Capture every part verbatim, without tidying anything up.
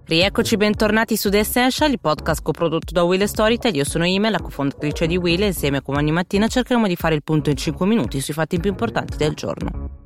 Rieccoci, bentornati su The Essential, il podcast coprodotto da Will e Storytel. Io sono Ime, la cofondatrice di Will, e insieme come ogni mattina cercheremo di fare il punto in cinque minuti sui fatti più importanti del giorno.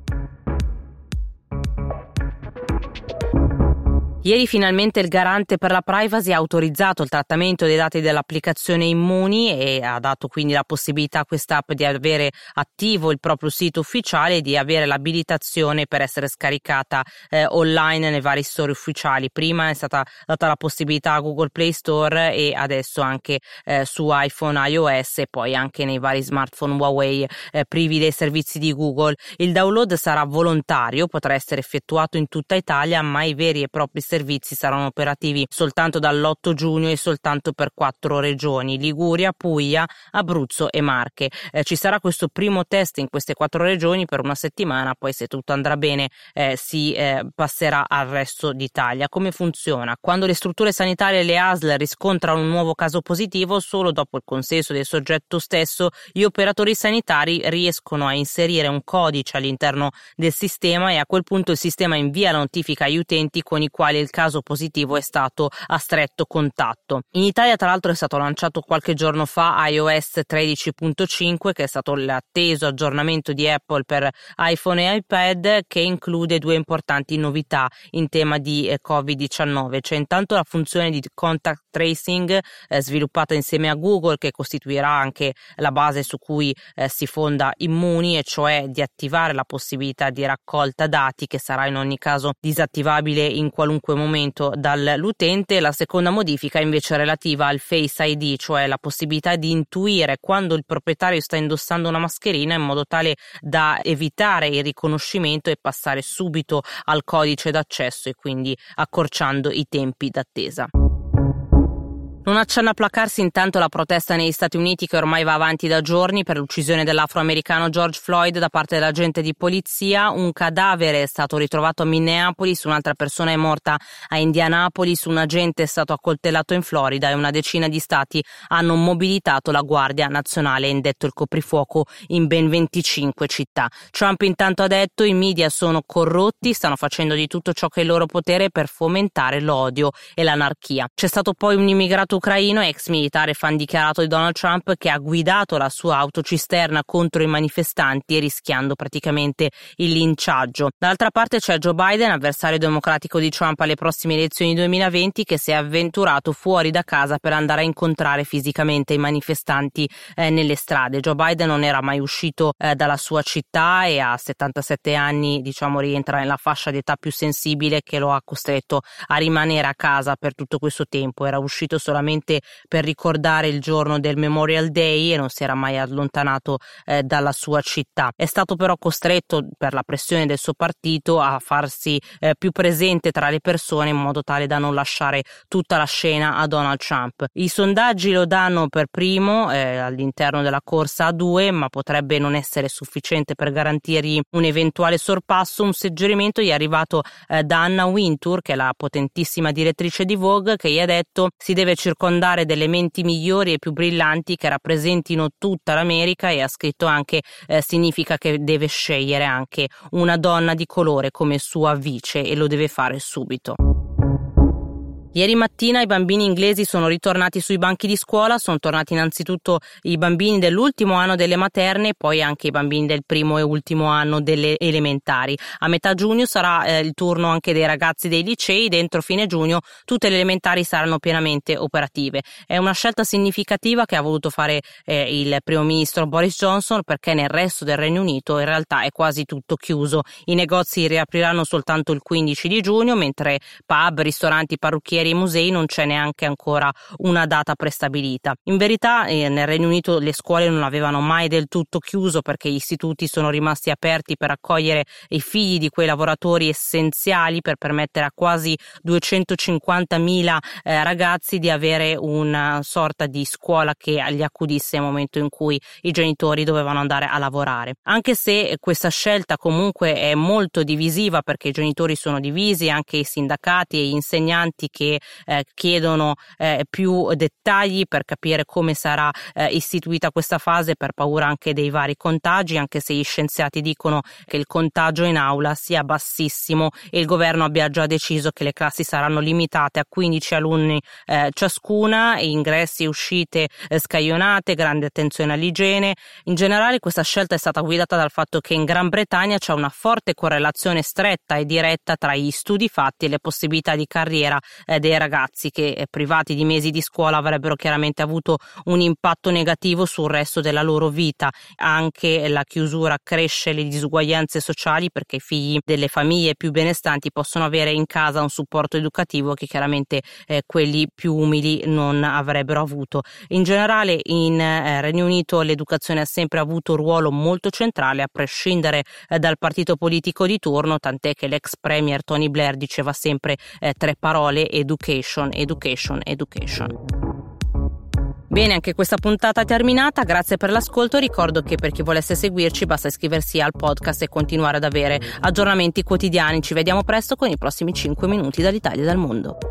Ieri finalmente il garante per la privacy ha autorizzato il trattamento dei dati dell'applicazione Immuni e ha dato quindi la possibilità a quest'app di avere attivo il proprio sito ufficiale e di avere l'abilitazione per essere scaricata eh, online nei vari store ufficiali. Prima è stata data la possibilità a Google Play Store e adesso anche eh, su iPhone, iOS e poi anche nei vari smartphone Huawei eh, privi dei servizi di Google. Il download sarà volontario, potrà essere effettuato in tutta Italia, ma i veri e propri servizi saranno operativi soltanto dall'otto giugno e soltanto per quattro regioni: Liguria, Puglia, Abruzzo e Marche. Eh, ci sarà questo primo test in queste quattro regioni per una settimana, poi se tutto andrà bene eh, si eh, passerà al resto d'Italia. Come funziona? Quando le strutture sanitarie e le A S L riscontrano un nuovo caso positivo, solo dopo il consenso del soggetto stesso, gli operatori sanitari riescono a inserire un codice all'interno del sistema e a quel punto il sistema invia la notifica agli utenti con i quali il caso positivo è stato a stretto contatto. In Italia tra l'altro è stato lanciato qualche giorno fa iOS tredici punto cinque, che è stato l'atteso aggiornamento di Apple per iPhone e iPad, che include due importanti novità in tema di eh, covid diciannove. C'è intanto la funzione di contact tracing eh, sviluppata insieme a Google, che costituirà anche la base su cui eh, si fonda Immuni, e cioè di attivare la possibilità di raccolta dati, che sarà in ogni caso disattivabile in qualunque momento dall'utente. La seconda modifica invece è relativa al Face I D, cioè la possibilità di intuire quando il proprietario sta indossando una mascherina, in modo tale da evitare il riconoscimento e passare subito al codice d'accesso, e quindi accorciando i tempi d'attesa. Non accenna a placarsi intanto la protesta negli Stati Uniti, che ormai va avanti da giorni, per l'uccisione dell'afroamericano George Floyd da parte dell'agente di polizia. Un cadavere è stato ritrovato a Minneapolis, un'altra persona è morta a Indianapolis, un agente è stato accoltellato in Florida e una decina di stati hanno mobilitato la Guardia Nazionale e indetto il coprifuoco in ben venticinque città. Trump intanto ha detto: i media sono corrotti, stanno facendo di tutto ciò che è il loro potere per fomentare l'odio e l'anarchia. C'è stato poi un immigrato ucraino, ex militare fan dichiarato di Donald Trump, che ha guidato la sua autocisterna contro i manifestanti, rischiando praticamente il linciaggio. Dall'altra parte c'è Joe Biden, avversario democratico di Trump alle prossime elezioni duemilaventi, che si è avventurato fuori da casa per andare a incontrare fisicamente i manifestanti eh, nelle strade. Joe Biden non era mai uscito eh, dalla sua città e a settantasette anni, diciamo, rientra nella fascia d'età più sensibile, che lo ha costretto a rimanere a casa per tutto questo tempo. Era uscito solamente per ricordare il giorno del Memorial Day e non si era mai allontanato eh, dalla sua città. È stato però costretto, per la pressione del suo partito, a farsi eh, più presente tra le persone, in modo tale da non lasciare tutta la scena a Donald Trump. I sondaggi lo danno per primo eh, all'interno della corsa a due, ma potrebbe non essere sufficiente per garantirgli un eventuale sorpasso. Un suggerimento gli è arrivato eh, da Anna Wintour, che è la potentissima direttrice di Vogue, che gli ha detto: si deve circondare delle menti migliori e più brillanti che rappresentino tutta l'America, e ha scritto anche eh, significa che deve scegliere anche una donna di colore come sua vice, e lo deve fare subito. Ieri mattina i bambini inglesi sono ritornati sui banchi di scuola. Sono tornati innanzitutto i bambini dell'ultimo anno delle materne, poi anche i bambini del primo e ultimo anno delle elementari. A metà giugno sarà eh, il turno anche dei ragazzi dei licei. Dentro fine giugno tutte le elementari saranno pienamente operative. È una scelta significativa che ha voluto fare eh, il primo ministro Boris Johnson, perché nel resto del Regno Unito in realtà è quasi tutto chiuso. I negozi riapriranno soltanto il quindici di giugno, mentre pub, ristoranti, parrucchieri e musei non c'è neanche ancora una data prestabilita. In verità eh, nel Regno Unito le scuole non avevano mai del tutto chiuso, perché gli istituti sono rimasti aperti per accogliere i figli di quei lavoratori essenziali, per permettere a quasi duecentocinquantamila eh, ragazzi di avere una sorta di scuola che li accudisse nel momento in cui i genitori dovevano andare a lavorare. Anche se questa scelta comunque è molto divisiva, perché i genitori sono divisi, anche i sindacati e gli insegnanti che che eh, chiedono eh, più dettagli per capire come sarà eh, istituita questa fase, per paura anche dei vari contagi, anche se gli scienziati dicono che il contagio in aula sia bassissimo e il governo abbia già deciso che le classi saranno limitate a quindici alunni eh, ciascuna, ingressi e uscite eh, scaglionate, grande attenzione all'igiene. In generale questa scelta è stata guidata dal fatto che in Gran Bretagna c'è una forte correlazione stretta e diretta tra gli studi fatti e le possibilità di carriera eh, dei ragazzi, che eh, privati di mesi di scuola avrebbero chiaramente avuto un impatto negativo sul resto della loro vita. Anche la chiusura accresce le disuguaglianze sociali, perché i figli delle famiglie più benestanti possono avere in casa un supporto educativo che chiaramente eh, quelli più umili non avrebbero avuto. In generale in eh, Regno Unito l'educazione ha sempre avuto un ruolo molto centrale, a prescindere eh, dal partito politico di turno, tant'è che l'ex premier Tony Blair diceva sempre eh, tre parole: education, education, education. Bene, anche questa puntata è terminata, grazie per l'ascolto. Ricordo che per chi volesse seguirci basta iscriversi al podcast e continuare ad avere aggiornamenti quotidiani. Ci vediamo presto con i prossimi cinque minuti dall'Italia e dal mondo.